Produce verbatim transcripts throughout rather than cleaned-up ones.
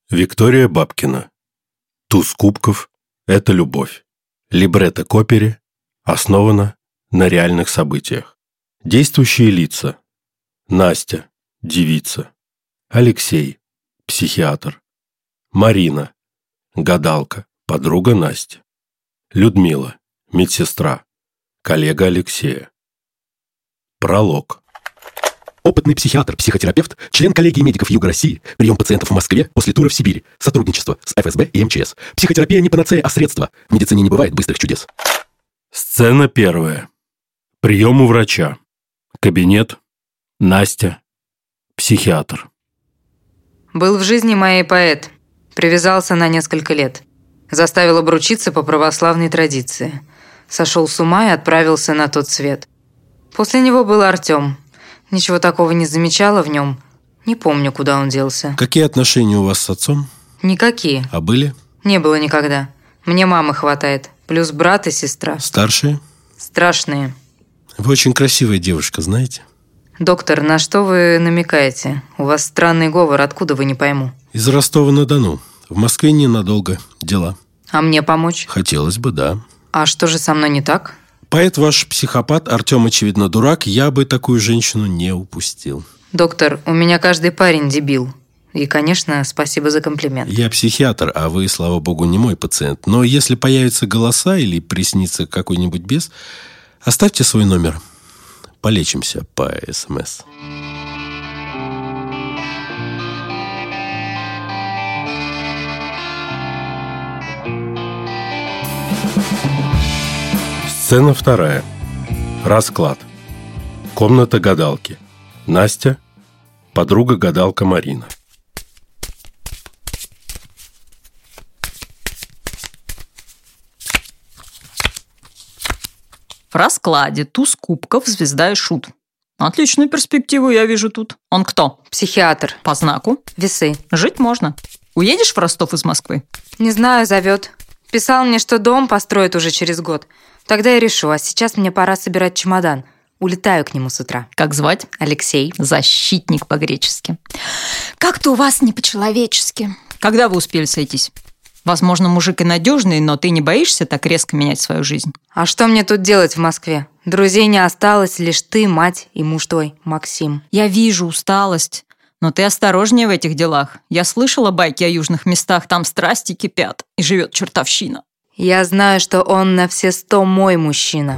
Виктория Бабкина. Туз кубков – это любовь. Либретто к опере основано на реальных событиях. Действующие лица. Настя – девица. Алексей – психиатр. Марина – гадалка, подруга Насти. Людмила – медсестра, коллега Алексея. Пролог. Опытный психиатр, психотерапевт, член коллегии медиков Юга России, прием пациентов в Москве после тура в Сибирь, сотрудничество с эф эс бэ и эм че эс. Психотерапия не панацея, а средство. В медицине не бывает быстрых чудес. Сцена первая. Прием у врача. Кабинет. Настя. Психиатр. Был в жизни моей поэт. Привязался на несколько лет. Заставил обручиться по православной традиции. Сошел с ума и отправился на тот свет. После него был Артем. Ничего такого не замечала в нем. Не помню, куда он делся. Какие отношения у вас с отцом? Никакие. А были? Не было никогда. Мне мамы хватает. Плюс брат и сестра. Старшие? Страшные. Вы очень красивая девушка, знаете? Доктор, на что вы намекаете? У вас странный говор, откуда вы, не пойму. Из Ростова-на-Дону. В Москве ненадолго. Дела. А мне помочь? Хотелось бы, да. А что же со мной не так? Поэт ваш психопат, Артем, очевидно, дурак. Я бы такую женщину не упустил. Доктор, у меня каждый парень дебил. И, конечно, спасибо за комплимент. Я психиатр, а вы, слава богу, не мой пациент. Но если появятся голоса или приснится какой-нибудь бес, оставьте свой номер. Полечимся по эс эм эс. Сцена вторая. Расклад. Комната гадалки. Настя, подруга-гадалка Марина. В раскладе туз кубков, звезда и шут. Отличную перспективу я вижу тут. Он кто? Психиатр. По знаку? Весы. Жить можно. Уедешь в Ростов из Москвы? Не знаю, зовет. Писал мне, что дом построит уже через год. Тогда я решу, а сейчас мне пора собирать чемодан. Улетаю к нему с утра. Как звать? Алексей. Защитник по-гречески. Как-то у вас не по-человечески. Когда вы успели сойтись? Возможно, мужик и надежный, но ты не боишься так резко менять свою жизнь? А что мне тут делать в Москве? Друзей не осталось, лишь ты, мать и муж твой, Максим. Я вижу усталость, но ты осторожнее в этих делах. Я слышала байки о южных местах, там страсти кипят и живет чертовщина. Я знаю, что он на все сто мой мужчина.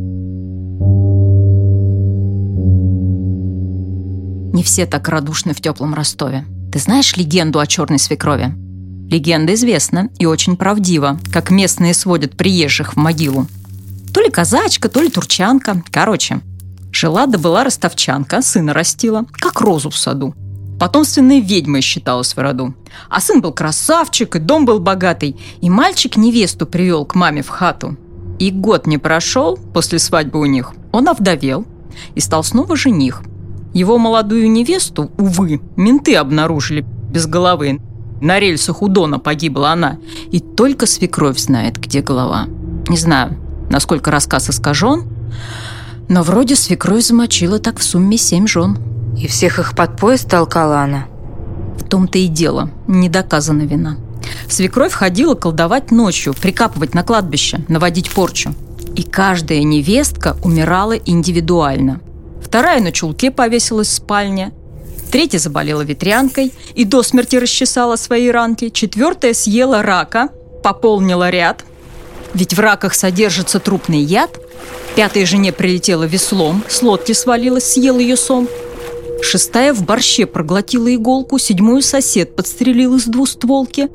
Не все так радушны в теплом Ростове. Ты знаешь легенду о черной свекрови? Легенда известна и очень правдива, как местные сводят приезжих в могилу. То ли казачка, то ли турчанка. Короче, жила да была ростовчанка, сына растила, как розу в саду. Потомственной ведьмой считалась в роду. А сын был красавчик, и дом был богатый. И мальчик невесту привел к маме в хату. И год не прошел после свадьбы у них. Он овдовел и стал снова жених. Его молодую невесту, увы, менты обнаружили без головы. На рельсах у Дона погибла она. И только свекровь знает, где голова. Не знаю, насколько рассказ искажен, но вроде свекровь замочила так в сумме семь жен. И всех их под поезд толкала она? В том-то и дело, не доказана вина. Свекровь ходила колдовать ночью, прикапывать на кладбище, наводить порчу. И каждая невестка умирала индивидуально. Вторая на чулке повесилась в спальне, третья заболела ветрянкой и до смерти расчесала свои ранки, четвертая съела рака, пополнила ряд, ведь в раках содержится трупный яд, пятой жене прилетела веслом, с лодки свалилась, съел ее сом. Шестая в борще проглотила иголку, седьмую сосед подстрелил из двустволки.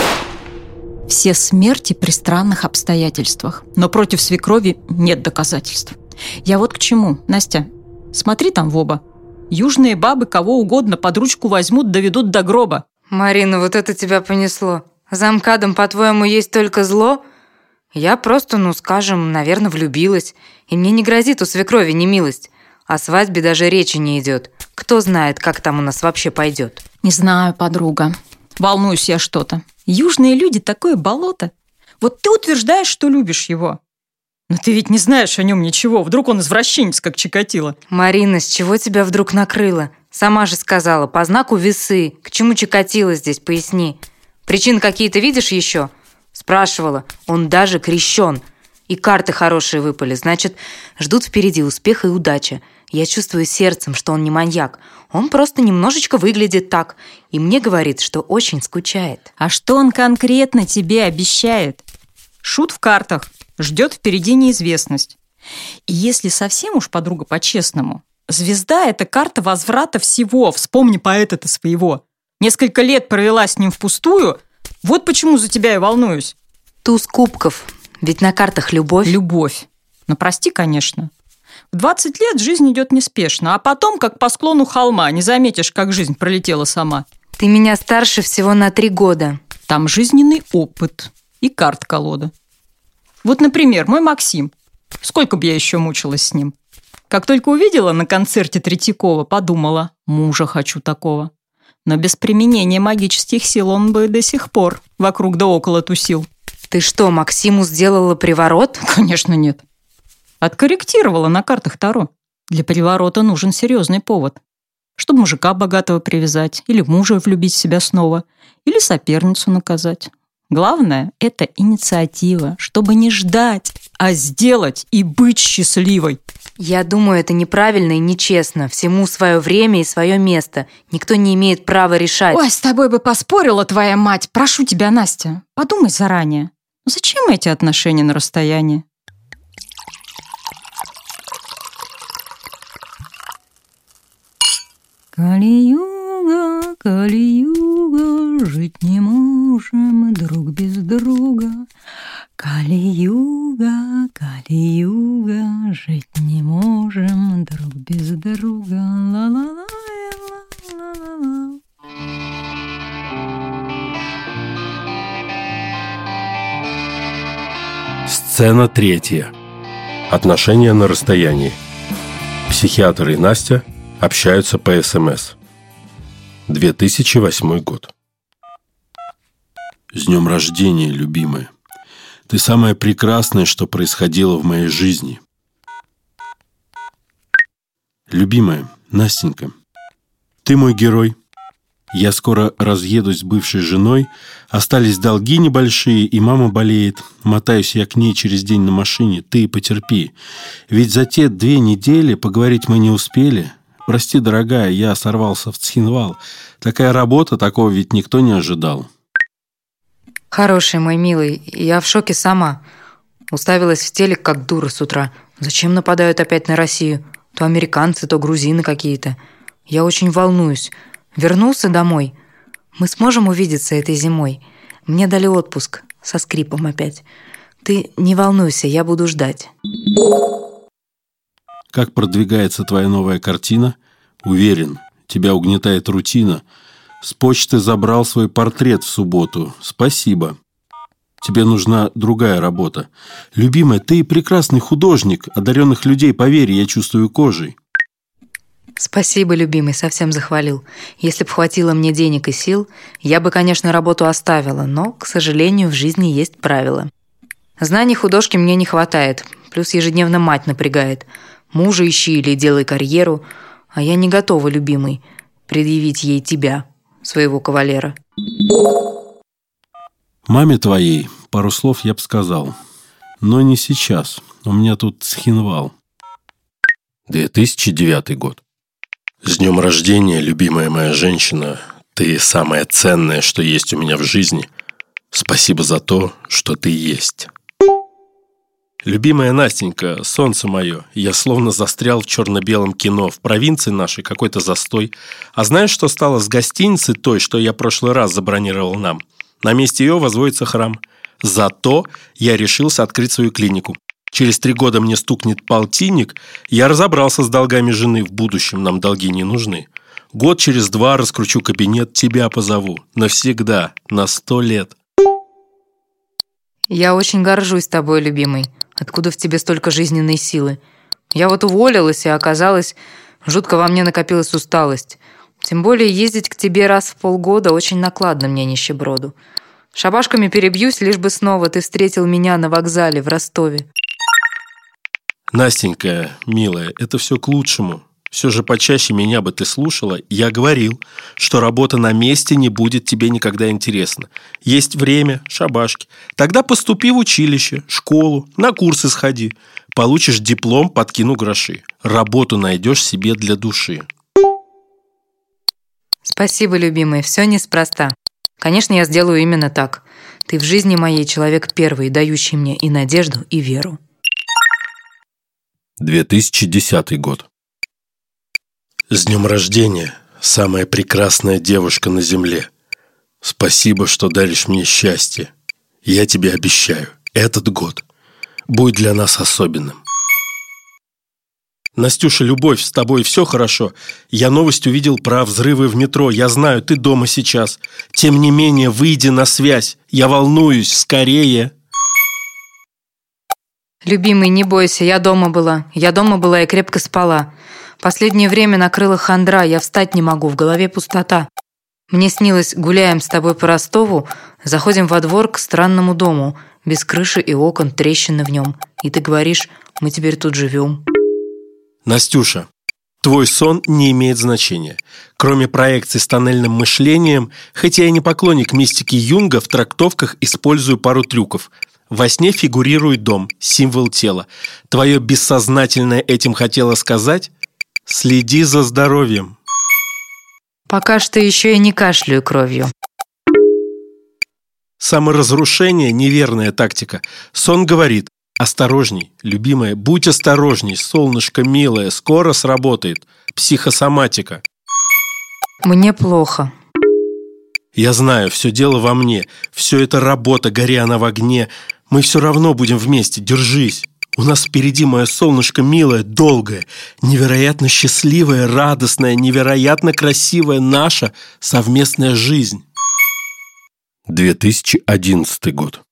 Все смерти при странных обстоятельствах. Но против свекрови нет доказательств. Я вот к чему, Настя. Смотри там в оба. Южные бабы кого угодно под ручку возьмут, доведут до гроба. Марина, вот это тебя понесло. За МКАДом, по-твоему, есть только зло? Я просто, ну, скажем, наверное, влюбилась. И мне не грозит у свекрови немилость. О свадьбе даже речи не идет. Кто знает, как там у нас вообще пойдет? Не знаю, подруга. Волнуюсь я что-то. Южные люди такое болото. Вот ты утверждаешь, что любишь его. Но ты ведь не знаешь о нем ничего. Вдруг он извращенец, как Чикатило. Марина, с чего тебя вдруг накрыло? Сама же сказала, по знаку весы. К чему Чикатило здесь, поясни. Причин какие-то видишь еще? Спрашивала. Он даже крещен. И карты хорошие выпали. Значит, ждут впереди успеха и удача. Я чувствую сердцем, что он не маньяк. Он просто немножечко выглядит так. И мне говорит, что очень скучает. А что он конкретно тебе обещает? Шут в картах. Ждет впереди неизвестность. И если совсем уж, подруга, по-честному, звезда – это карта возврата всего. Вспомни поэта-то своего. Несколько лет провела с ним впустую. Вот почему за тебя и волнуюсь. Туз кубков. Ведь на картах любовь. Любовь. Но прости, конечно. В двадцать лет жизнь идет неспешно, а потом, как по склону холма, не заметишь, как жизнь пролетела сама. Ты меня старше всего на три года. Там жизненный опыт и карт-колода. Вот, например, мой Максим. Сколько бы я еще мучилась с ним. Как только увидела на концерте Третьякова, подумала, мужа хочу такого. Но без применения магических сил он бы до сих пор вокруг да около тусил. Ты что, Максиму сделала приворот? Конечно, нет. Откорректировала на картах Таро. Для приворота нужен серьезный повод. Чтобы мужика богатого привязать, или мужа влюбить в себя снова, или соперницу наказать. Главное – это инициатива, чтобы не ждать, а сделать и быть счастливой. Я думаю, это неправильно и нечестно. Всему свое время и свое место. Никто не имеет права решать. Ой, с тобой бы поспорила твоя мать. Прошу тебя, Настя, подумай заранее. Зачем эти отношения на расстоянии? Кали-юга, Кали-юга, жить не можем друг без друга. Кали-юга, Кали-юга, жить не можем друг без друга. Ла-ла-ла-ла-ла-ла-ла. Сцена третья. Отношения на расстоянии. Психиатр и Настя общаются по СМС. две тысячи восьмой год. С днем рождения, любимая. Ты самое прекрасное, что происходило в моей жизни. Любимая, Настенька, ты мой герой. Я скоро разъедусь с бывшей женой. Остались долги небольшие, и мама болеет. Мотаюсь я к ней через день на машине. Ты потерпи. Ведь за те две недели поговорить мы не успели. Прости, дорогая, я сорвался в Цхинвал. Такая работа, такого ведь никто не ожидал. Хороший мой милый, я в шоке сама. Уставилась в телек, как дура с утра. Зачем нападают опять на Россию? То американцы, то грузины какие-то. Я очень волнуюсь. Вернулся домой. Мы сможем увидеться этой зимой. Мне дали отпуск. Со скрипом опять. Ты не волнуйся, я буду ждать. Как продвигается твоя новая картина? Уверен, тебя угнетает рутина. С почты забрал свой портрет в субботу. Спасибо. Тебе нужна другая работа. Любимая, ты прекрасный художник. Одаренных людей, поверь, я чувствую кожей. Спасибо, любимый, совсем захвалил. Если б хватило мне денег и сил, я бы, конечно, работу оставила, но, к сожалению, в жизни есть правила. Знаний художки мне не хватает, плюс ежедневно мать напрягает. Мужа ищи или делай карьеру, а я не готова, любимый, предъявить ей тебя, своего кавалера. Маме твоей пару слов я бы сказал, но не сейчас. У меня тут Цхинвал. две тысячи девятый год. С днем рождения, любимая моя женщина. Ты самое ценное, что есть у меня в жизни. Спасибо за то, что ты есть. Любимая Настенька, солнце мое, я словно застрял в черно-белом кино. В провинции нашей какой-то застой. А знаешь, что стало с гостиницей той, что я в прошлый раз забронировал нам? На месте ее возводится храм. Зато я решился открыть свою клинику. Через три года мне стукнет полтинник, я разобрался с долгами жены, в будущем нам долги не нужны. Год через два раскручу кабинет, тебя позову. Навсегда, на сто лет. Я очень горжусь тобой, любимый. Откуда в тебе столько жизненной силы? Я вот уволилась, и оказалось, жутко во мне накопилась усталость. Тем более ездить к тебе раз в полгода очень накладно мне, нищеброду. Шабашками перебьюсь, лишь бы снова ты встретил меня на вокзале в Ростове. Настенька, милая, это все к лучшему. Все же почаще меня бы ты слушала. Я говорил, что работа на месте не будет тебе никогда интересна. Есть время, шабашки. Тогда поступи в училище, школу, на курсы сходи. Получишь диплом, подкину гроши. Работу найдешь себе для души. Спасибо, любимый, все неспроста. Конечно, я сделаю именно так. Ты в жизни моей человек первый, дающий мне и надежду, и веру. две тысячи десятый год. С днем рождения, самая прекрасная девушка на земле. Спасибо, что даришь мне счастье. Я тебе обещаю, этот год будет для нас особенным. Настюша, любовь, с тобой все хорошо. Я новость увидел про взрывы в метро. Я знаю, ты дома сейчас. Тем не менее, выйди на связь. Я волнуюсь, скорее. Любимый, не бойся, я дома была. Я дома была и крепко спала. Последнее время накрыла хандра, я встать не могу, в голове пустота. Мне снилось, гуляем с тобой по Ростову, заходим во двор к странному дому, без крыши и окон, трещины в нем. И ты говоришь, мы теперь тут живем. Настюша, твой сон не имеет значения. Кроме проекций с тоннельным мышлением, хотя я и не поклонник мистики Юнга, в трактовках использую пару трюков. Во сне фигурирует дом, символ тела. Твое бессознательное этим хотело сказать? Следи за здоровьем. Пока что еще и не кашляю кровью. Саморазрушение – неверная тактика. Сон говорит: осторожней, любимая, будь осторожней, солнышко милое, скоро сработает. Психосоматика. Мне плохо. Я знаю, все дело во мне. Все это работа, гори она в огне. Мы все равно будем вместе, держись. У нас впереди, мое солнышко милое, долгое, невероятно счастливая, радостная, невероятно красивая наша совместная жизнь. две тысячи одиннадцатый год.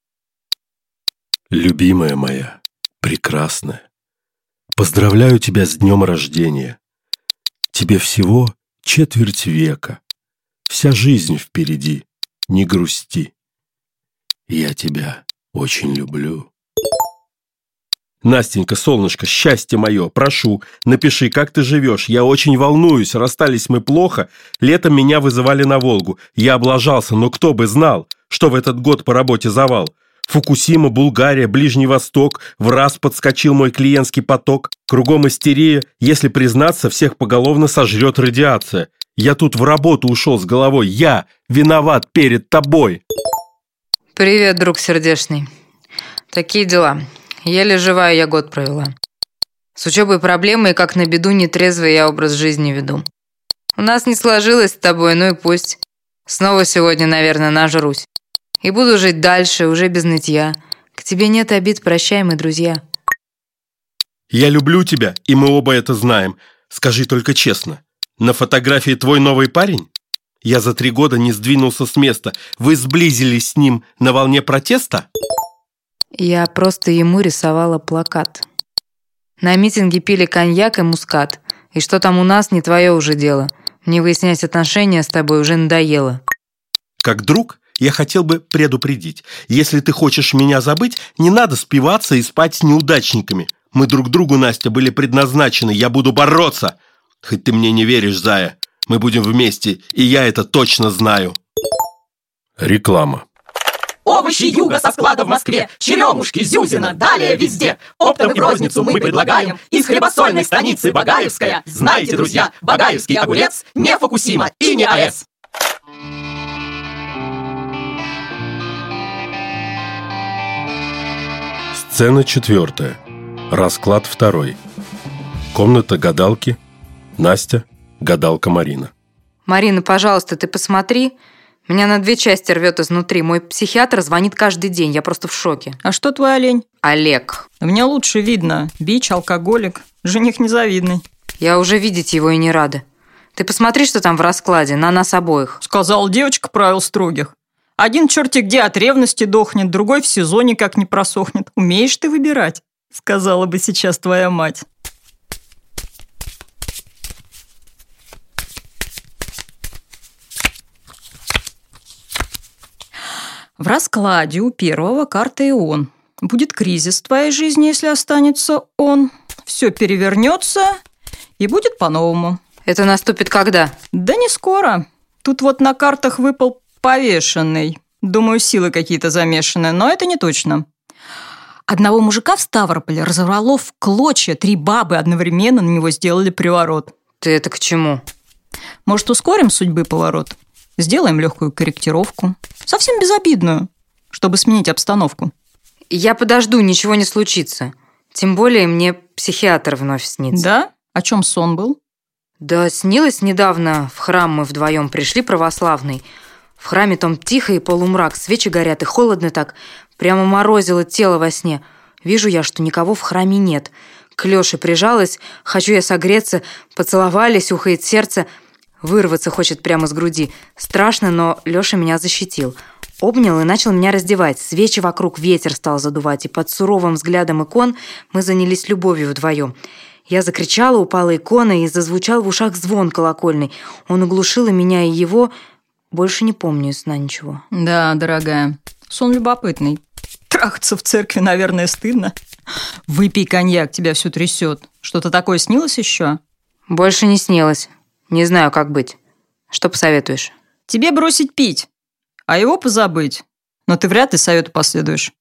Любимая моя, прекрасная, поздравляю тебя с днем рождения. Тебе всего четверть века. Вся жизнь впереди, не грусти. Я тебя очень люблю. Настенька, солнышко, счастье мое, прошу, напиши, как ты живешь. Я очень волнуюсь, расстались мы плохо. Летом меня вызывали на Волгу. Я облажался, но кто бы знал, что в этот год по работе завал. Фукусима, Булгария, Ближний Восток. В раз подскочил мой клиентский поток. Кругом истерия. Если признаться, всех поголовно сожрет радиация. Я тут в работу ушел с головой. Я виноват перед тобой. Привет, друг сердечный. Такие дела. Еле живая я год провела. С учебой проблемы, и как на беду нетрезвый я образ жизни веду. У нас не сложилось с тобой, ну и пусть. Снова сегодня, наверное, нажрусь. И буду жить дальше, уже без нытья. К тебе нет обид, прощай, мы друзья. Я люблю тебя, и мы оба это знаем. Скажи только честно, на фотографии твой новый парень? Я за три года не сдвинулся с места. Вы сблизились с ним на волне протеста? Я просто ему рисовала плакат. На митинге пили коньяк и мускат. И что там у нас, не твое уже дело. Мне выяснять отношения с тобой уже надоело. Как друг, я хотел бы предупредить. Если ты хочешь меня забыть, не надо спиваться и спать с неудачниками. Мы друг другу, Настя, были предназначены. Я буду бороться. Хоть ты мне не веришь, зая. Мы будем вместе, и я это точно знаю. Реклама. Овощи Юга со склада в Москве, черемушки, зюзина, далее везде. Оптом и в розницу мы предлагаем из хлебосольной станицы Багаевская. Знаете, друзья, багаевский огурец не Фукусима и не АЭС. Сцена четвертая. Расклад второй. Комната гадалки. Настя, гадалка Марина. Марина, пожалуйста, ты посмотри. Меня на две части рвет изнутри. Мой психиатр звонит каждый день. Я просто в шоке. А что твой олень? Олег. У меня лучше видно. Бич, алкоголик. Жених незавидный. Я уже видеть его и не рада. Ты посмотри, что там в раскладе. На нас обоих. Сказала девочка правил строгих. Один черти где от ревности дохнет, другой в СИЗО никак не просохнет. Умеешь ты выбирать? Сказала бы сейчас твоя мать. В раскладе у первого карта Ион. Будет кризис в твоей жизни, если останется он. Все перевернется, И будет по-новому. Это наступит когда? Да не скоро. Тут вот на картах выпал повешенный. Думаю, силы какие-то замешаны, но это не точно. Одного мужика в Ставрополе разорвало в клочья. Три бабы одновременно на него сделали приворот. Ты это к чему? Может, ускорим судьбы поворот? Сделаем легкую корректировку. Совсем безобидную, чтобы сменить обстановку. Я подожду, ничего не случится. Тем более мне психиатр вновь снится. Да? О чем сон был? Да, снилось недавно. В храм мы вдвоем пришли, православный. В храме там тихо и полумрак, свечи горят, и холодно так. Прямо морозило тело во сне. Вижу я, что никого в храме нет. К Лёше прижалась, хочу я согреться, поцеловались, ухает сердце. Вырваться хочет прямо с груди. Страшно, но Лёша меня защитил. Обнял и начал меня раздевать. Свечи вокруг ветер стал задувать, и под суровым взглядом икон мы занялись любовью вдвоем. Я закричала, упала икона, и зазвучал в ушах звон колокольный. Он оглушил и меня, и его. Больше не помню из сна ничего. Да, дорогая, сон любопытный. Трахаться в церкви, наверное, стыдно. Выпей коньяк, тебя все трясет. Что-то такое снилось еще? Больше не снилось. Не знаю, как быть. Что посоветуешь? Тебе бросить пить, а его позабыть. Но ты вряд ли совету последуешь.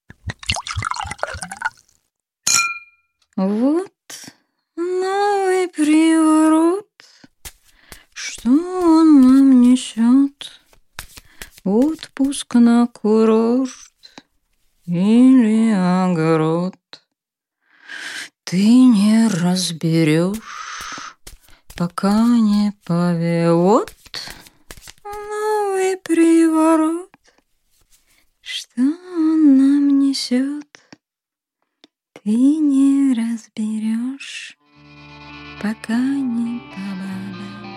Вот новый приворот. Что он нам несет? Отпуск на курорт или огород? Ты не разберешь, пока не пове. Вот новый приворот. Что он нам несет? Ты не разберешь, пока не побода.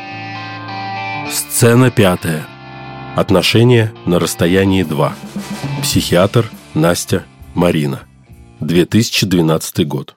Сцена пятая. Отношения на расстоянии два. Психиатр, Настя, Марина. две тысячи двенадцатый год.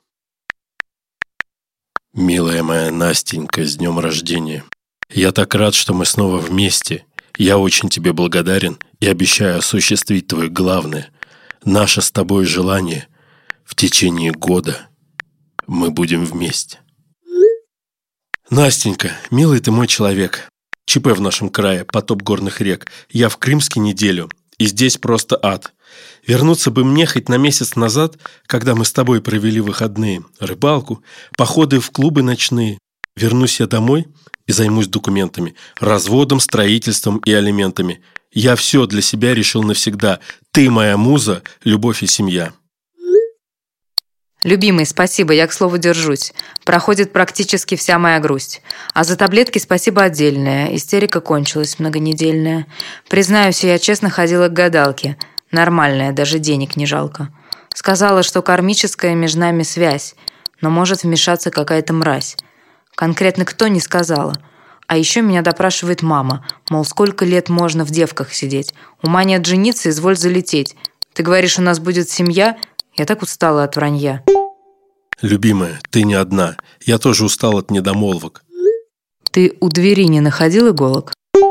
Милая моя Настенька, с днем рождения. Я так рад, что мы снова вместе. Я очень тебе благодарен и обещаю осуществить твое главное. Наше с тобой желание. В течение года мы будем вместе. Настенька, милый ты мой человек. ЧП в нашем крае, потоп горных рек. Я в Крымске неделю, и здесь просто ад. Вернуться бы мне хоть на месяц назад, когда мы с тобой провели выходные, рыбалку, походы в клубы ночные. Вернусь я домой и займусь документами, разводом, строительством и алиментами. Я все для себя решил навсегда. Ты моя муза, любовь и семья. Любимый, спасибо, я, к слову, держусь. Проходит практически вся моя грусть. А за таблетки спасибо отдельное. Истерика кончилась многонедельная. Признаюсь, я честно ходила к гадалке. Нормальная, даже денег не жалко. Сказала, что кармическая между нами связь, но может вмешаться какая-то мразь. Конкретно кто, не сказала. А еще меня допрашивает мама, мол, сколько лет можно в девках сидеть. Ума нет жениться, изволь залететь. Ты говоришь, у нас будет семья? Я так устала от вранья. Любимая, ты не одна. Я тоже устал от недомолвок. Ты у двери не находил иголок?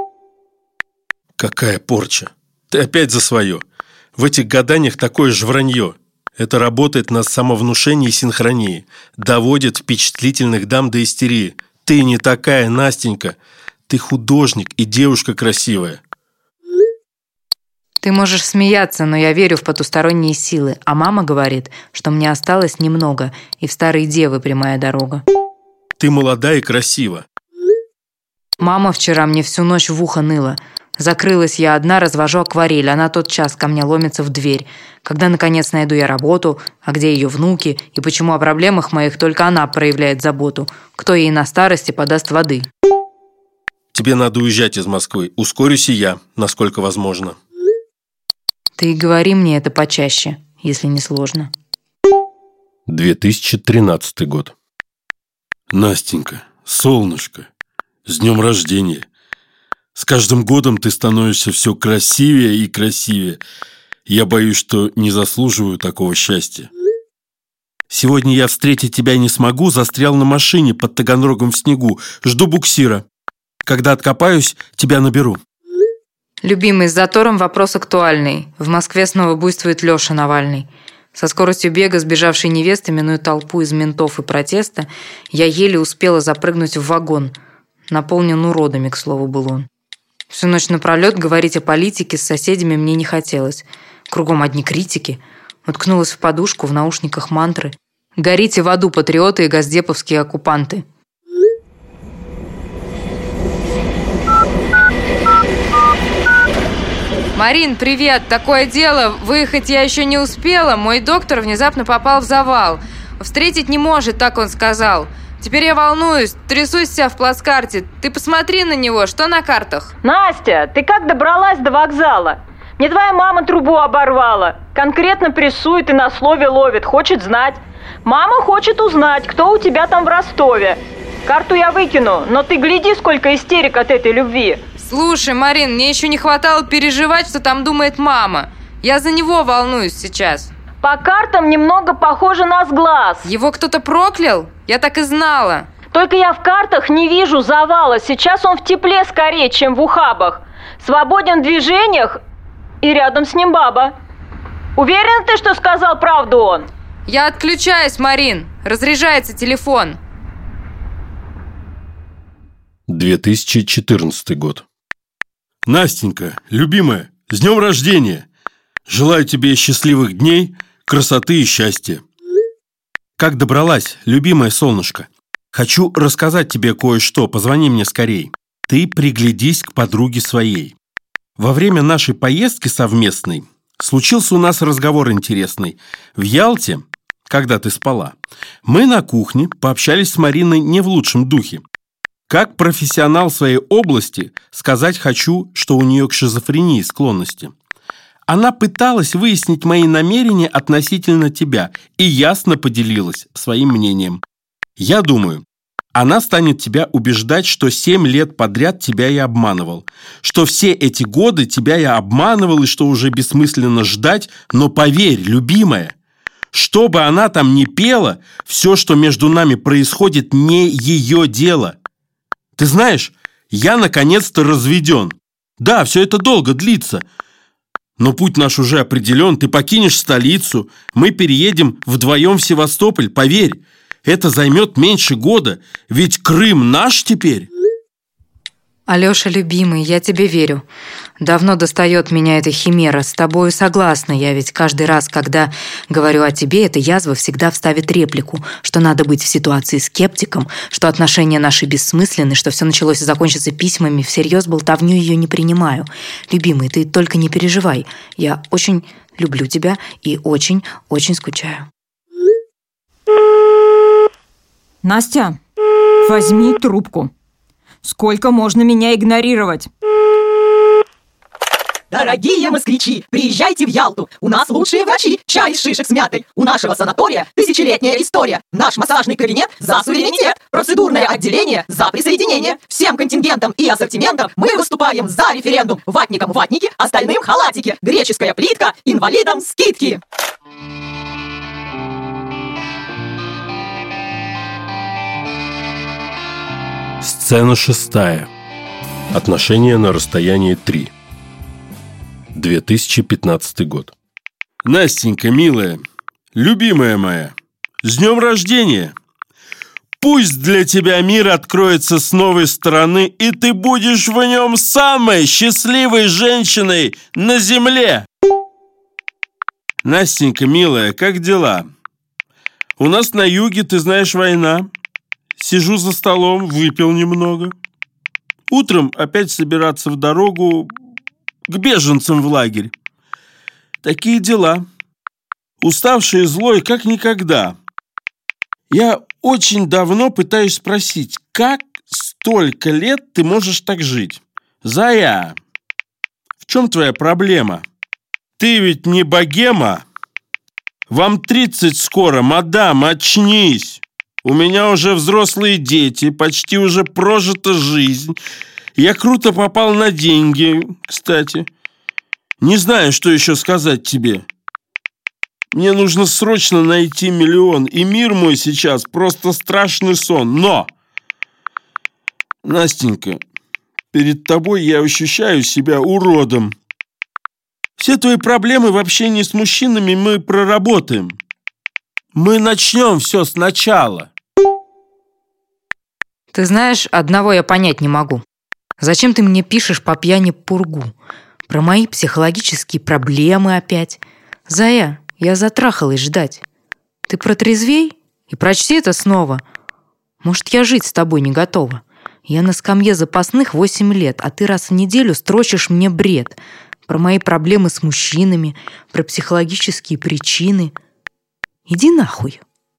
Какая порча. Ты опять за свое. В этих гаданиях такое же вранье. Это работает на самовнушении и синхронии. Доводит впечатлительных дам до истерии. Ты не такая, Настенька. Ты художник и девушка красивая. Ты можешь смеяться, но я верю в потусторонние силы. А мама говорит, что мне осталось немного, и в старые девы прямая дорога. Ты молода и красива. Мама вчера мне всю ночь в ухо ныла. Закрылась я одна, развожу акварель. Она тот час ко мне ломится в дверь. Когда, наконец, найду я работу, а где ее внуки, и почему о проблемах моих только она проявляет заботу? Кто ей на старости подаст воды? Тебе надо уезжать из Москвы. Ускорюсь и я, насколько возможно. Ты говори мне это почаще, если не сложно. две тысячи тринадцатый год. Настенька, солнышко, с днем рождения. С каждым годом ты становишься все красивее и красивее. Я боюсь, что не заслуживаю такого счастья. Сегодня я встретить тебя не смогу, застрял на машине под Таганрогом в снегу. Жду буксира. Когда откопаюсь, тебя наберу. Любимый, с затором вопрос актуальный. В Москве снова буйствует Лёша Навальный. Со скоростью бега сбежавшей невесты, минуя толпу из ментов и протеста, я еле успела запрыгнуть в вагон. Наполнен уродами, к слову, был он. Всю ночь напролет говорить о политике с соседями мне не хотелось. Кругом одни критики. Уткнулась в подушку, в наушниках мантры. «Горите в аду, патриоты и газдеповские оккупанты». «Марин, привет! Такое дело, выехать я еще не успела. Мой доктор внезапно попал в завал. Встретить не может, так он сказал. Теперь я волнуюсь, трясусь вся в плацкарте. Ты посмотри на него, что на картах?» Настя, ты как добралась до вокзала? Мне твоя мама трубу оборвала. Конкретно прессует и на слове ловит, хочет знать. Мама хочет узнать, кто у тебя там в Ростове. Карту я выкину, но ты гляди, сколько истерик от этой любви. Слушай, Марин, мне еще не хватало переживать, что там думает мама. Я за него волнуюсь сейчас. По картам немного похоже на сглаз. Его кто-то проклял? Я так и знала. Только я в картах не вижу завала. Сейчас он в тепле скорее, чем в ухабах. Свободен в движениях, и рядом с ним баба. Уверен ты, что сказал правду он? Я отключаюсь, Марин. Разряжается телефон. две тысячи четырнадцатый год. Настенька, любимая, с днем рождения! Желаю тебе счастливых дней, красоты и счастья. Как добралась, любимое солнышко? Хочу рассказать тебе кое-что, позвони мне скорей. Ты приглядись к подруге своей. Во время нашей поездки совместной случился у нас разговор интересный. В Ялте, когда ты спала, мы на кухне пообщались с Мариной не в лучшем духе. Как профессионал своей области сказать хочу, что у нее к шизофрении склонности. Она пыталась выяснить мои намерения относительно тебя и ясно поделилась своим мнением. Я думаю, она станет тебя убеждать, что семь лет подряд тебя я обманывал, что все эти годы тебя я обманывал и что уже бессмысленно ждать, но поверь, любимая, что бы она там ни пела, все, что между нами происходит, не ее дело. Ты знаешь, я наконец-то разведен. Да, все это долго длится, но путь наш уже определен. Ты покинешь столицу, мы переедем вдвоем в Севастополь. Поверь, это займет меньше года, ведь Крым наш теперь. Алёша, любимый, я тебе верю. Давно достает меня эта химера. С тобою согласна я, ведь каждый раз, когда говорю о тебе, эта язва всегда вставит реплику, что надо быть в ситуации скептиком, что отношения наши бессмысленны, что все началось и закончится письмами, всерьез болтовню ее не принимаю. Любимый, ты только не переживай. Я очень люблю тебя и очень-очень скучаю. Настя, возьми трубку. Сколько можно меня игнорировать? Дорогие москвичи, приезжайте в Ялту. У нас лучшие врачи, чай из шишек с мятой. У нашего санатория тысячелетняя история. Наш массажный кабинет за суверенитет. Процедурное отделение за присоединение. Всем контингентам и ассортиментам мы выступаем за референдум. Ватникам ватники, остальным халатики. Греческая плитка, инвалидам скидки. Сцена шестая. Отношения на расстоянии три. две тысячи пятнадцатый год. Настенька, милая, любимая моя, с днем рождения! Пусть для тебя мир откроется с новой стороны, и ты будешь в нем самой счастливой женщиной на земле! Настенька, милая, как дела? У нас на юге, ты знаешь, война. Сижу за столом, выпил немного. Утром опять собираться в дорогу к беженцам в лагерь. Такие дела. Уставший и злой, как никогда. Я очень давно пытаюсь спросить, как столько лет ты можешь так жить? Зая, в чем твоя проблема? Ты ведь не богема? Вам тридцать скоро, мадам, очнись. У меня уже взрослые дети, почти уже прожита жизнь. Я круто попал на деньги, кстати. Не знаю, что еще сказать тебе. Мне нужно срочно найти миллион, и мир мой сейчас просто страшный сон. Но, Настенька, перед тобой я ощущаю себя уродом. Все твои проблемы в общении с мужчинами мы проработаем. Мы начнем все сначала. Ты знаешь, одного я понять не могу. Зачем ты мне пишешь по пьяни пургу? Про мои психологические проблемы опять. Зая, я затрахалась ждать. Ты протрезвей и прочти это снова. Может, я жить с тобой не готова. Я на скамье запасных восемь лет, а ты раз в неделю строчишь мне бред. Про мои проблемы с мужчинами, про психологические причины. Иди нахуй.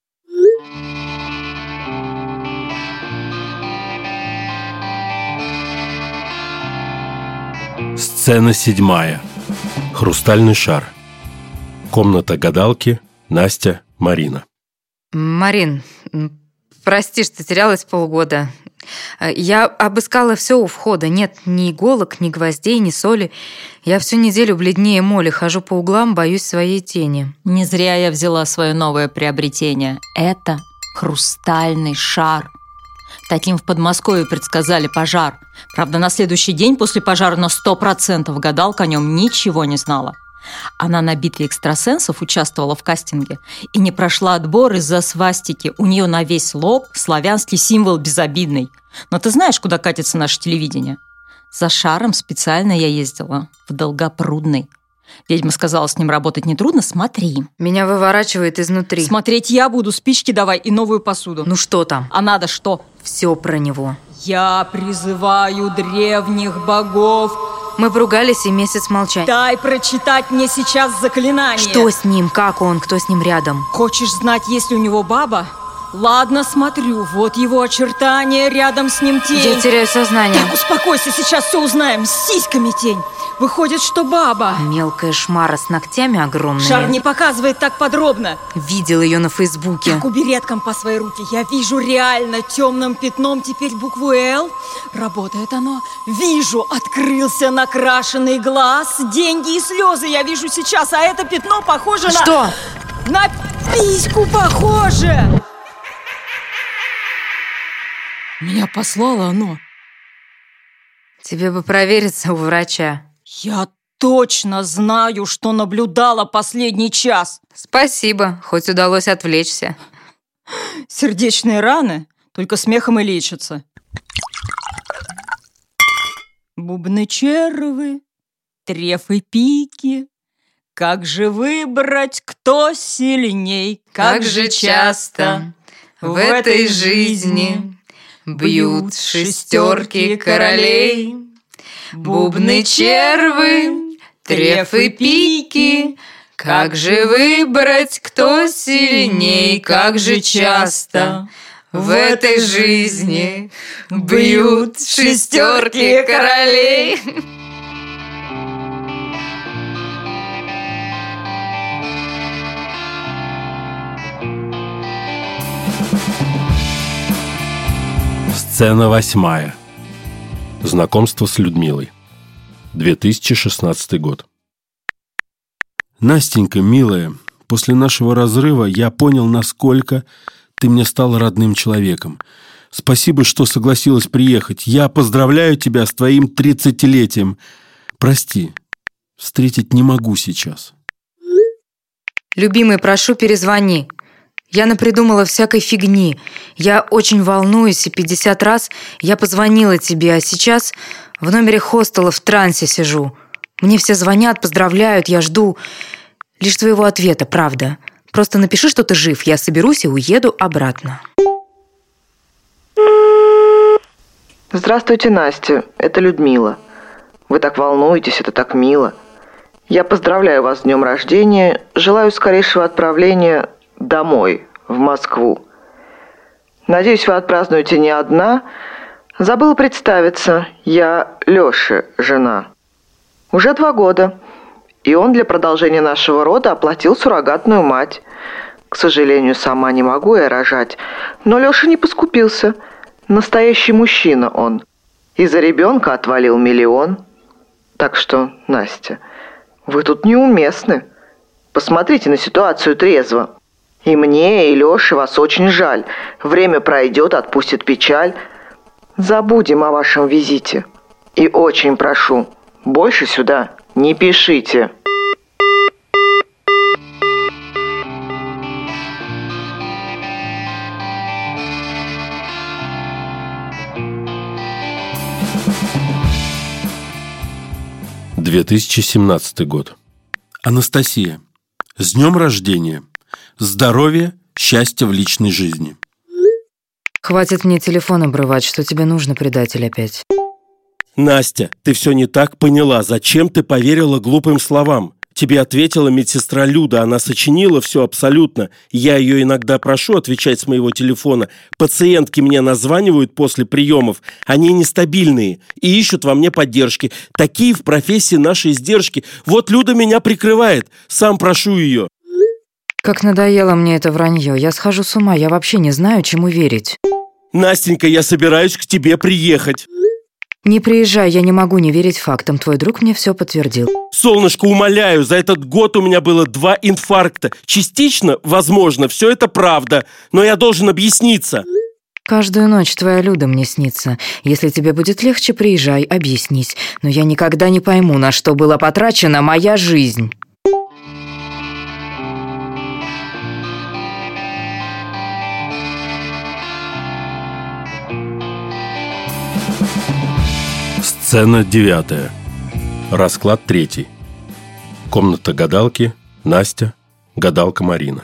Сцена седьмая. Хрустальный шар. Комната гадалки. Настя, Марина. Марин, прости, что терялась полгода. Я обыскала все у входа. Нет ни иголок, ни гвоздей, ни соли. Я всю неделю бледнее моли, хожу по углам, боюсь своей тени. Не зря я взяла свое новое приобретение. Это хрустальный шар. Таким в Подмосковье предсказали пожар. Правда, на следующий день после пожара на сто процентов гадалка о нем ничего не знала. Она на битве экстрасенсов участвовала в кастинге и не прошла отбор из-за свастики. У нее на весь лоб славянский символ безобидный. Но ты знаешь, куда катится наше телевидение? За шаром специально я ездила в Долгопрудный. Ведьма сказала, с ним работать нетрудно, смотри. Меня выворачивает изнутри. Смотреть я буду, спички давай и новую посуду. Ну что там? А надо что? Все про него. Я призываю древних богов. Мы поругались, и месяц молчать. Дай прочитать мне сейчас заклинание. Что с ним? Как он? Кто с ним рядом? Хочешь знать, есть ли у него баба? Ладно, смотрю. Вот его очертания, рядом с ним тень. Я теряю сознание. Так, успокойся, сейчас все узнаем. С сиськами тень. Выходит, что баба. Мелкая шмара с ногтями огромными. Шар не показывает так подробно. Видел ее на Фейсбуке. Так, убери от компа свои руки. Я вижу реально темным пятном теперь букву «Л». Работает оно. Вижу, открылся накрашенный глаз. Деньги и слезы я вижу сейчас, а это пятно похоже на... Что? На письку похоже. Меня послало оно. Тебе бы провериться у врача. Я точно знаю, что наблюдала последний час. Спасибо, хоть удалось отвлечься. Сердечные раны только смехом и лечатся. Бубны червы, трефы пики. Как же выбрать, кто сильней? Как же часто в этой жизни бьют шестерки королей. Бубны червы, трефы пики. Как же выбрать, кто сильней? Как же часто в этой жизни бьют шестерки королей. Сцена восьмая. Знакомство с Людмилой. две тысячи шестнадцатый год. Настенька, милая, после нашего разрыва я понял, насколько ты мне стала родным человеком. Спасибо, что согласилась приехать. Я поздравляю тебя с твоим тридцатилетием. Прости, встретить не могу сейчас. Любимый, прошу, перезвони. Я напридумала всякой фигни. Я очень волнуюсь, и пятьдесят раз я позвонила тебе, а сейчас в номере хостела в трансе сижу. Мне все звонят, поздравляют, я жду лишь твоего ответа, правда. Просто напиши, что ты жив, я соберусь и уеду обратно. Здравствуйте, Настя, это Людмила. Вы так волнуетесь, это так мило. Я поздравляю вас с днем рождения, желаю скорейшего отправления домой, в Москву. Надеюсь, вы отпразднуете не одна. Забыла представиться, я Лёша, жена. Уже два года, и он для продолжения нашего рода оплатил суррогатную мать. К сожалению, сама не могу я рожать, но Лёша не поскупился. Настоящий мужчина он. И за ребенка отвалил миллион. Так что, Настя, вы тут неуместны. Посмотрите на ситуацию трезво. И мне, и Лёше вас очень жаль. Время пройдет, отпустит печаль. Забудем о вашем визите. И очень прошу, больше сюда не пишите. две тысячи семнадцатый год. Анастасия, с днем рождения. Здоровья, счастья в личной жизни. Хватит мне телефон обрывать, что тебе нужно, предатель, опять. Настя, ты все не так поняла. Зачем ты поверила глупым словам? Тебе ответила медсестра Люда, она сочинила все абсолютно. Я ее иногда прошу отвечать с моего телефона. Пациентки мне названивают после приемов. Они нестабильные и ищут во мне поддержки. Такие в профессии наши издержки. Вот Люда меня прикрывает. Сам прошу ее. Как надоело мне это вранье. Я схожу с ума, я вообще не знаю, чему верить. Настенька, я собираюсь к тебе приехать. Не приезжай, я не могу не верить фактам. Твой друг мне все подтвердил. Солнышко, умоляю, за этот год у меня было два инфаркта. Частично, возможно, все это правда, но я должен объясниться. Каждую ночь твоя Люда мне снится. Если тебе будет легче, приезжай, объяснись. Но я никогда не пойму, на что была потрачена моя жизнь. Сцена девятая. Расклад третий. Комната гадалки. Настя. Гадалка Марина.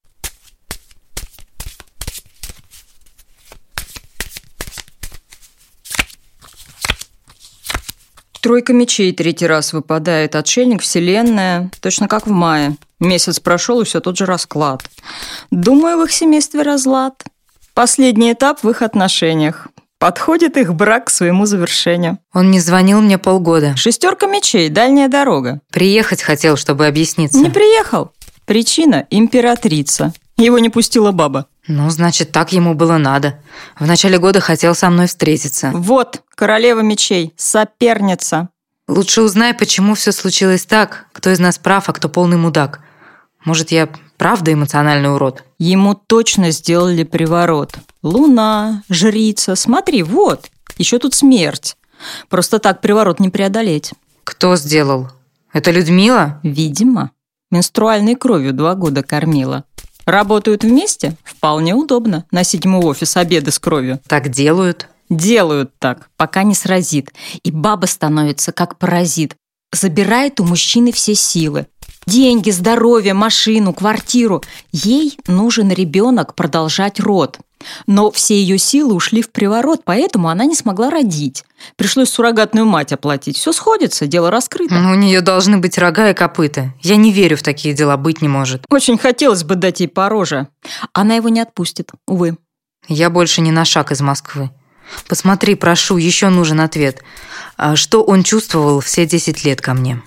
Тройка мечей третий раз выпадает. Отшельник, вселенная. Точно как в мае. Месяц прошел, и все тот же расклад. Думаю, в их семействе разлад. Последний этап в их отношениях. Подходит их брак к своему завершению. Он не звонил мне полгода. Шестерка мечей, дальняя дорога. Приехать хотел, чтобы объясниться. Не приехал. Причина – императрица. Его не пустила баба. Ну, значит, так ему было надо. В начале года хотел со мной встретиться. Вот, королева мечей, соперница. Лучше узнай, почему все случилось так, кто из нас прав, а кто полный мудак. Может, я правда эмоциональный урод? Ему точно сделали приворот. Луна, жрица, смотри, вот, еще тут смерть. Просто так приворот не преодолеть. Кто сделал? Это Людмила? Видимо. Менструальной кровью два года кормила. Работают вместе? Вполне удобно. Носить ему в офис обеды с кровью. Так делают? Делают так, пока не сразит. И баба становится как паразит. Забирает у мужчины все силы. Деньги, здоровье, машину, квартиру. Ей нужен ребенок продолжать род. Но все ее силы ушли в приворот, поэтому она не смогла родить. Пришлось суррогатную мать оплатить. Все сходится, дело раскрыто. У нее должны быть рога и копыта. Я не верю в такие дела, быть не может. Очень хотелось бы дать ей по роже. Она его не отпустит, увы. Я больше не на шаг из Москвы. Посмотри, прошу, еще нужен ответ. Что он чувствовал все десять лет ко мне?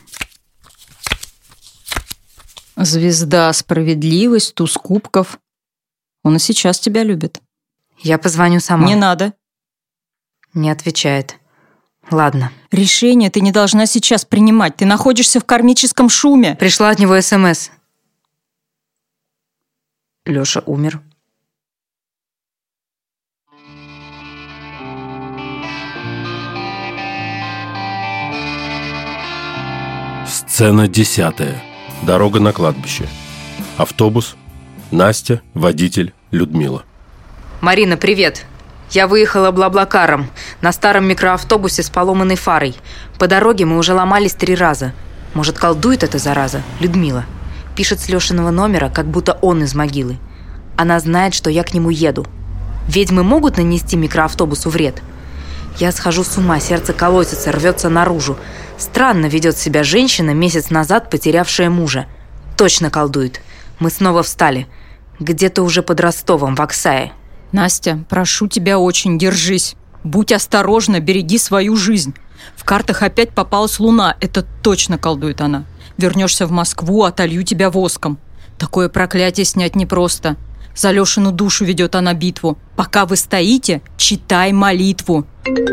Звезда, справедливость, туз кубков. Он и сейчас тебя любит. Я позвоню сама. Не надо. Не отвечает. Ладно. Решение ты не должна сейчас принимать. Ты находишься в кармическом шуме. Пришла от него СМС. Лёша умер. Сцена десятая. Дорога на кладбище. Автобус. Настя, водитель, Людмила. Марина, привет. Я выехала блаблакаром на старом микроавтобусе с поломанной фарой. По дороге мы уже ломались три раза. Может, колдует эта зараза? Людмила. Пишет с Лешиного номера, как будто он из могилы. Она знает, что я к нему еду. Ведьмы могут нанести микроавтобусу вред? Я схожу с ума, сердце колотится, рвется наружу. Странно ведет себя женщина, месяц назад потерявшая мужа. Точно колдует. Мы снова встали. Где-то уже под Ростовом, в Аксае. Настя, прошу тебя очень, держись. Будь осторожна, береги свою жизнь. В картах опять попалась луна. Это точно колдует она. Вернешься в Москву, отолью тебя воском. Такое проклятие снять непросто. За Лешину душу ведет она битву. Пока вы стоите, читай молитву.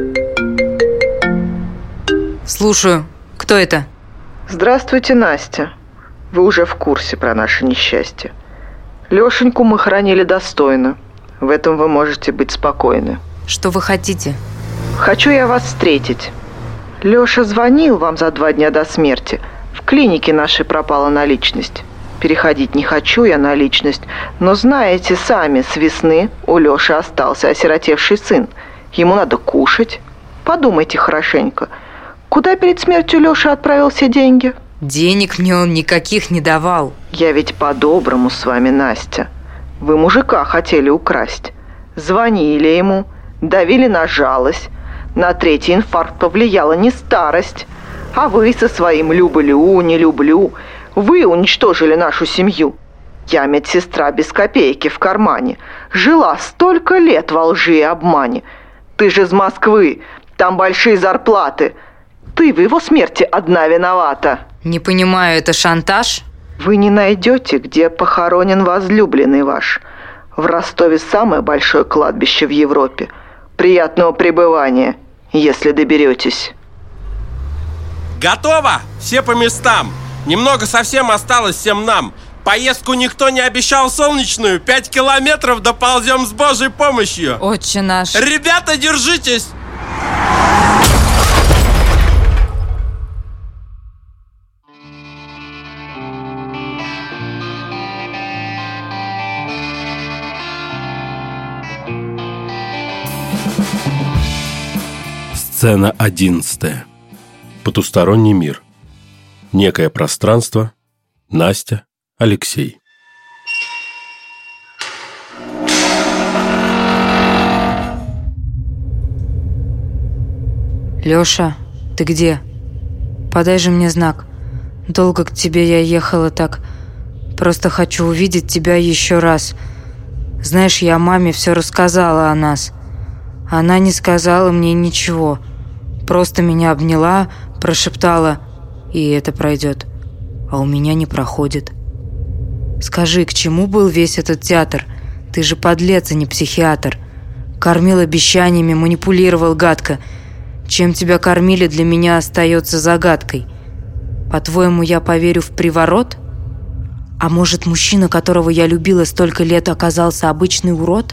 Слушаю. Кто это? Здравствуйте, Настя. Вы уже в курсе про наше несчастье. Лешеньку мы хоронили достойно. В этом вы можете быть спокойны. Что вы хотите? Хочу я вас встретить. Леша звонил вам за два дня до смерти. В клинике нашей пропала наличность. Переходить не хочу я на личность, но знаете сами, с весны у Леши остался осиротевший сын. Ему надо кушать. Подумайте хорошенько. Куда перед смертью Леша отправил все деньги? Денег мне он никаких не давал. Я ведь по-доброму с вами, Настя. Вы мужика хотели украсть. Звонили ему, давили на жалость. На третий инфаркт повлияла не старость. А вы со своим «люблю, не люблю». Вы уничтожили нашу семью. Я медсестра без копейки в кармане. Жила столько лет во лжи и обмане. Ты же из Москвы, там большие зарплаты. Ты в его смерти одна виновата. Не понимаю, это шантаж? Вы не найдете, где похоронен возлюбленный ваш. В Ростове самое большое кладбище в Европе. Приятного пребывания, если доберетесь. Готово! Все по местам! Немного совсем осталось всем нам. Поездку никто не обещал солнечную. Пять километров доползем с Божьей помощью. Отче наш. Ребята, держитесь! Сцена одиннадцатая. Потусторонний мир. Некое пространство. Настя, Алексей. Лёша, ты где? Подай же мне знак. Долго к тебе я ехала так. Просто хочу увидеть тебя еще раз. Знаешь, я маме все рассказала о нас. Она не сказала мне ничего. Просто меня обняла, прошептала, и это пройдет. А у меня не проходит. Скажи, к чему был весь этот театр? Ты же подлец, а не психиатр. Кормил обещаниями, манипулировал гадко. Чем тебя кормили, для меня остается загадкой. По-твоему, я поверю в приворот? А может, мужчина, которого я любила столько лет, оказался обычный урод?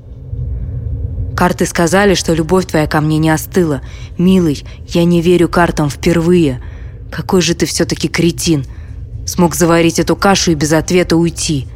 Карты сказали, что любовь твоя ко мне не остыла. Милый, я не верю картам впервые. Какой же ты все-таки кретин. Смог заварить эту кашу и без ответа уйти.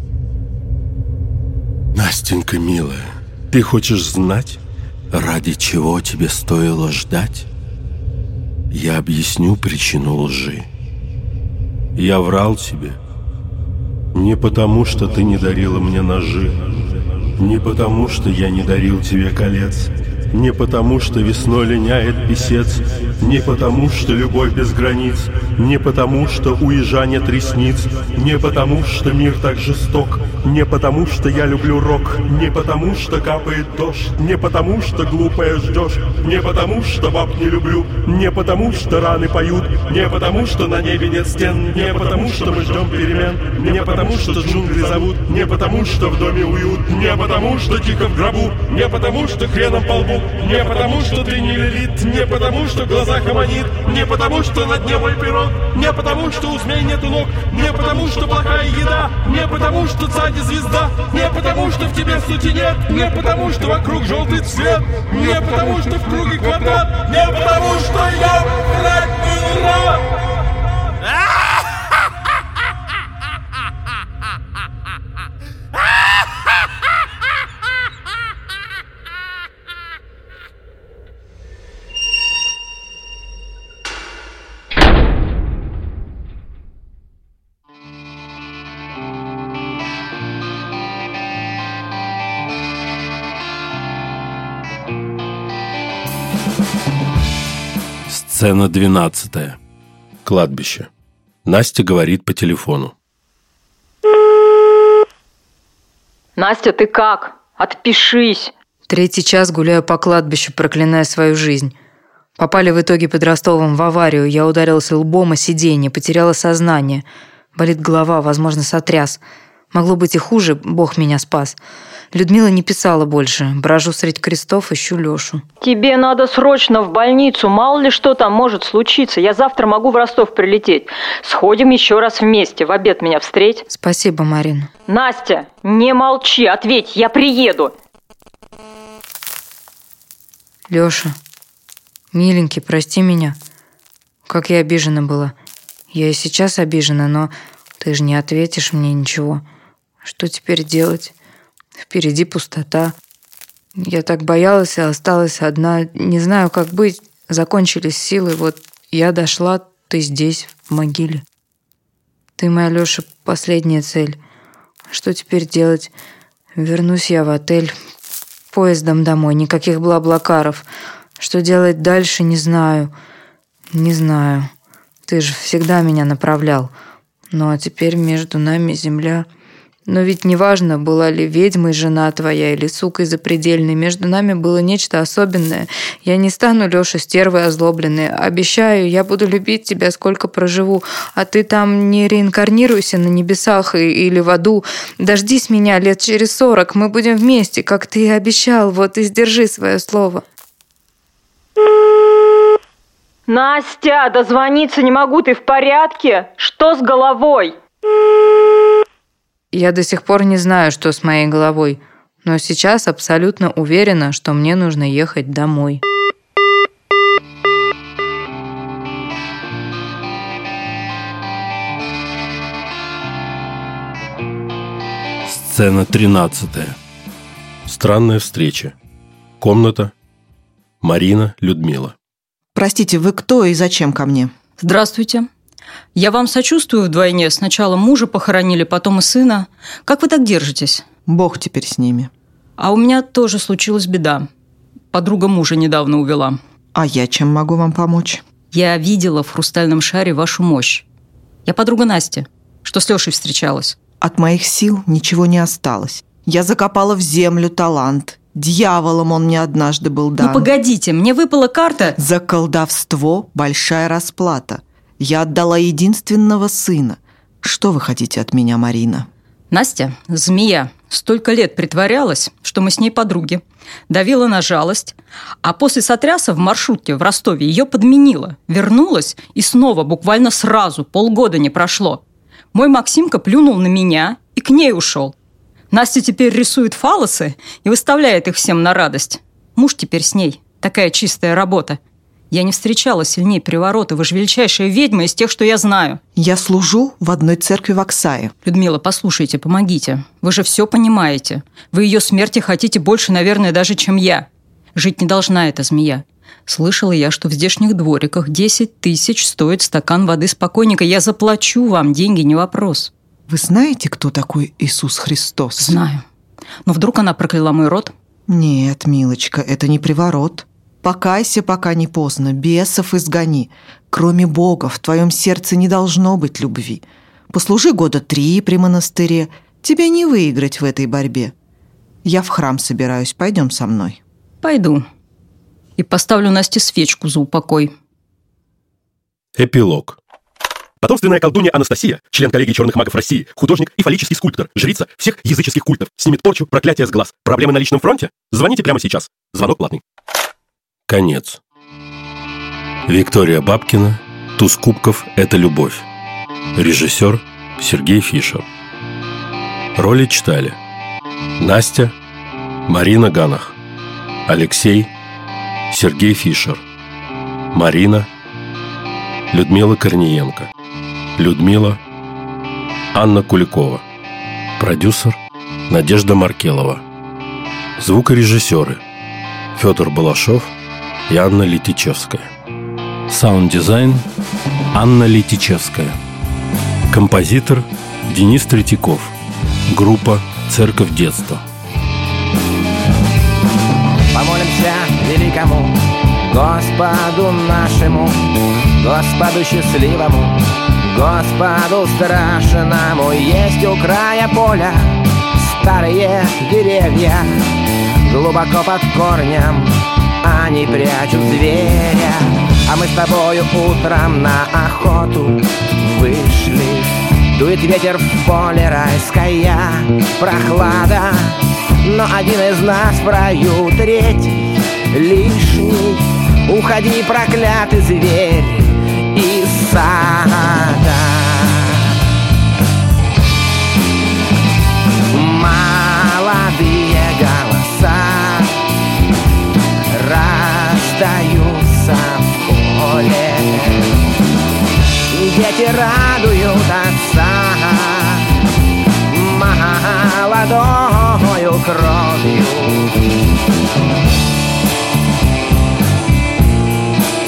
Настенька, милая, ты хочешь знать, ради чего тебе стоило ждать? Я объясню причину лжи. Я врал тебе не потому, что ты не дарила мне ножи, не потому, что я не дарил тебе колец, не потому, что весной линяет писец, не потому, что любовь без границ, не потому, что у ежа нет ресниц, не потому, что мир так жесток, не потому, что я люблю рок, не потому, что капает дождь, не потому, что глупая ждешь, не потому, что баб не люблю, не потому, что раны поют, не потому, что на небе нет стен, не потому, что мы ждем перемен, не потому, что джунгли зовут, не потому, что в доме уют, не потому, что тихо в гробу, не потому, что хреном по лбу, не потому, что ты не лилит, не потому, что в глазах аммонит, не потому, что на дне мой пирог, не потому, что у змей нету ног, не потому, что плохая еда, не потому, что цади звезда, не потому, что в тебе сути нет, не потому, что вокруг желтый цвет, не потому, что в круге квадрат, не потому, что я враг не рад. Сцена двенадцатая. Кладбище. Настя говорит по телефону. Настя, ты как? Отпишись. Третий час гуляю по кладбищу, проклиная свою жизнь. Попали в итоге под Ростовом в аварию. Я ударился лбом о сиденье, потеряла сознание. Болит голова, возможно, сотряс. Могло быть и хуже, Бог меня спас. Людмила не писала больше. Брожу средь крестов, ищу Лешу. Тебе надо срочно в больницу. Мало ли что там может случиться. Я завтра могу в Ростов прилететь. Сходим еще раз вместе. В обед меня встреть. Спасибо, Марина. Настя, не молчи, ответь, я приеду. Леша, миленький, прости меня. Как я обижена была. Я и сейчас обижена, но ты же не ответишь мне ничего. Что теперь делать? Впереди пустота. Я так боялась и осталась одна. Не знаю, как быть. закончились силы, вот я дошла, ты здесь, в могиле. Ты, моя Лёша, последняя цель. Что теперь делать? Вернусь я в отель поездом домой, никаких блаблакаров. Что делать дальше, не знаю. Не знаю. Ты же всегда меня направлял. Ну а теперь между нами земля. Но ведь неважно, была ли ведьмой жена твоя или сукой запредельной, между нами было нечто особенное. Я не стану, Лёша, стервой озлобленной. Обещаю, я буду любить тебя, сколько проживу. А ты там не реинкарнируйся на небесах или в аду. Дождись меня лет через сорок, мы будем вместе, как ты и обещал. Вот и сдержи свое слово. Настя, дозвониться не могу, ты в порядке? Что с головой? Я до сих пор не знаю, что с моей головой, но сейчас абсолютно уверена, что мне нужно ехать домой. Сцена тринадцатая. Странная встреча. Комната. Марина, Людмила. Простите, вы кто и зачем ко мне? Здравствуйте. Я вам сочувствую вдвойне. Сначала мужа похоронили, потом и сына. Как вы так держитесь? Бог теперь с ними. А у меня тоже случилась беда. Подруга мужа недавно увела. А я чем могу вам помочь? Я видела в хрустальном шаре вашу мощь. Я подруга Насти, что с Лешей встречалась. От моих сил ничего не осталось. Я закопала в землю талант. Дьяволом он мне однажды был дан. Ну погодите, мне выпала карта. За колдовство большая расплата. Я отдала единственного сына. Что вы хотите от меня, Марина? Настя, змея, столько лет притворялась, что мы с ней подруги. Давила на жалость. А после сотряса в маршрутке в Ростове ее подменила. Вернулась и снова, буквально сразу, полгода не прошло. Мой Максимка плюнул на меня и к ней ушел. Настя теперь рисует фаллосы и выставляет их всем на радость. Муж теперь с ней. Такая чистая работа. Я не встречала сильнее приворота. Вы же величайшая ведьма из тех, что я знаю. Я служу в одной церкви в Оксае. Людмила, послушайте, помогите. Вы же все понимаете. Вы ее смерти хотите больше, наверное, даже, чем я. Жить не должна эта змея. Слышала я, что в здешних двориках десять тысяч стоит стакан воды с покойника. Я заплачу вам, деньги не вопрос. Вы знаете, кто такой Иисус Христос? Знаю. Но вдруг она прокляла мой род? Нет, милочка, это не приворот. Покайся, пока не поздно, бесов изгони. Кроме Бога в твоем сердце не должно быть любви. Послужи года три при монастыре. Тебе не выиграть в этой борьбе. Я в храм собираюсь, пойдем со мной. Пойду. И поставлю Насте свечку за упокой. Эпилог. Потомственная колдунья Анастасия, член коллегии черных магов России, художник и фаллический скульптор, жрица всех языческих культов, снимет порчу, проклятие с глаз. Проблемы на личном фронте? Звоните прямо сейчас. Звонок платный. Конец. Виктория Бабкина. «Туз кубков – это любовь». Режиссер Сергей Фишер. Роли читали: Настя Марина Ганах, Алексей Сергей Фишер, Марина Людмила Корниенко, Людмила Анна Куликова, продюсер Надежда Маркелова, звукорежиссеры Федор Балашов и Анна Летичевская. Саунд-дизайн Анна Летичевская. Композитор Денис Третьяков. Группа «Церковь детства». Помолимся великому Господу нашему, Господу счастливому, Господу страшному. Есть у края поля старые деревья, глубоко под корнем они прячут зверя. А мы с тобою утром на охоту вышли. Дует ветер в поле, райская прохлада, но один из нас прою, третий лишний. Уходи, проклятый зверь, из сада. Молодые голоса раздаются в поле. Дети радуют отца молодою кровью.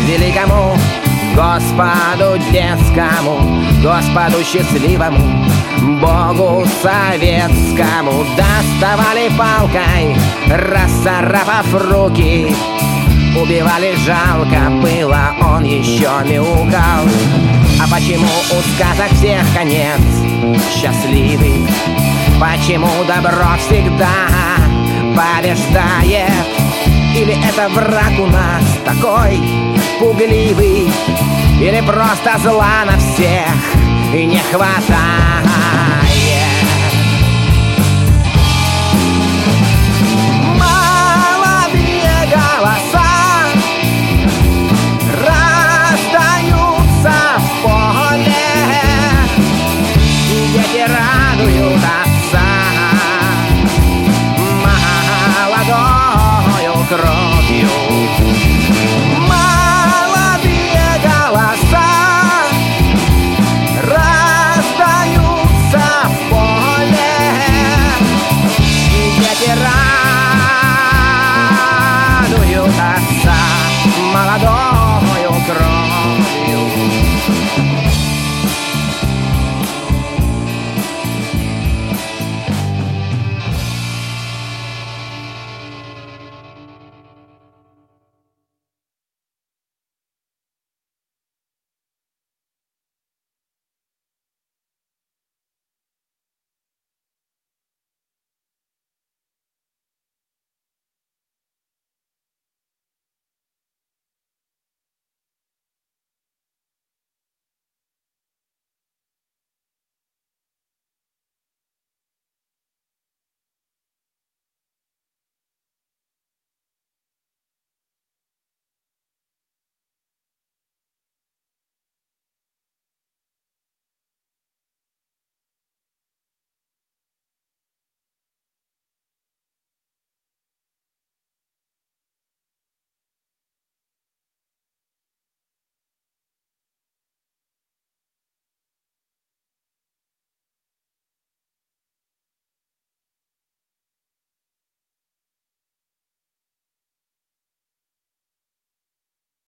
великому, Господу детскому, Господу счастливому, Богу советскому. Доставали палкой, расцарапав руки, убивали жалко было, он еще мяукал. А почему у сказок всех конец счастливый? Почему добро всегда побеждает? Или это враг у нас такой пугливый? Или просто зла на всех и не хватает?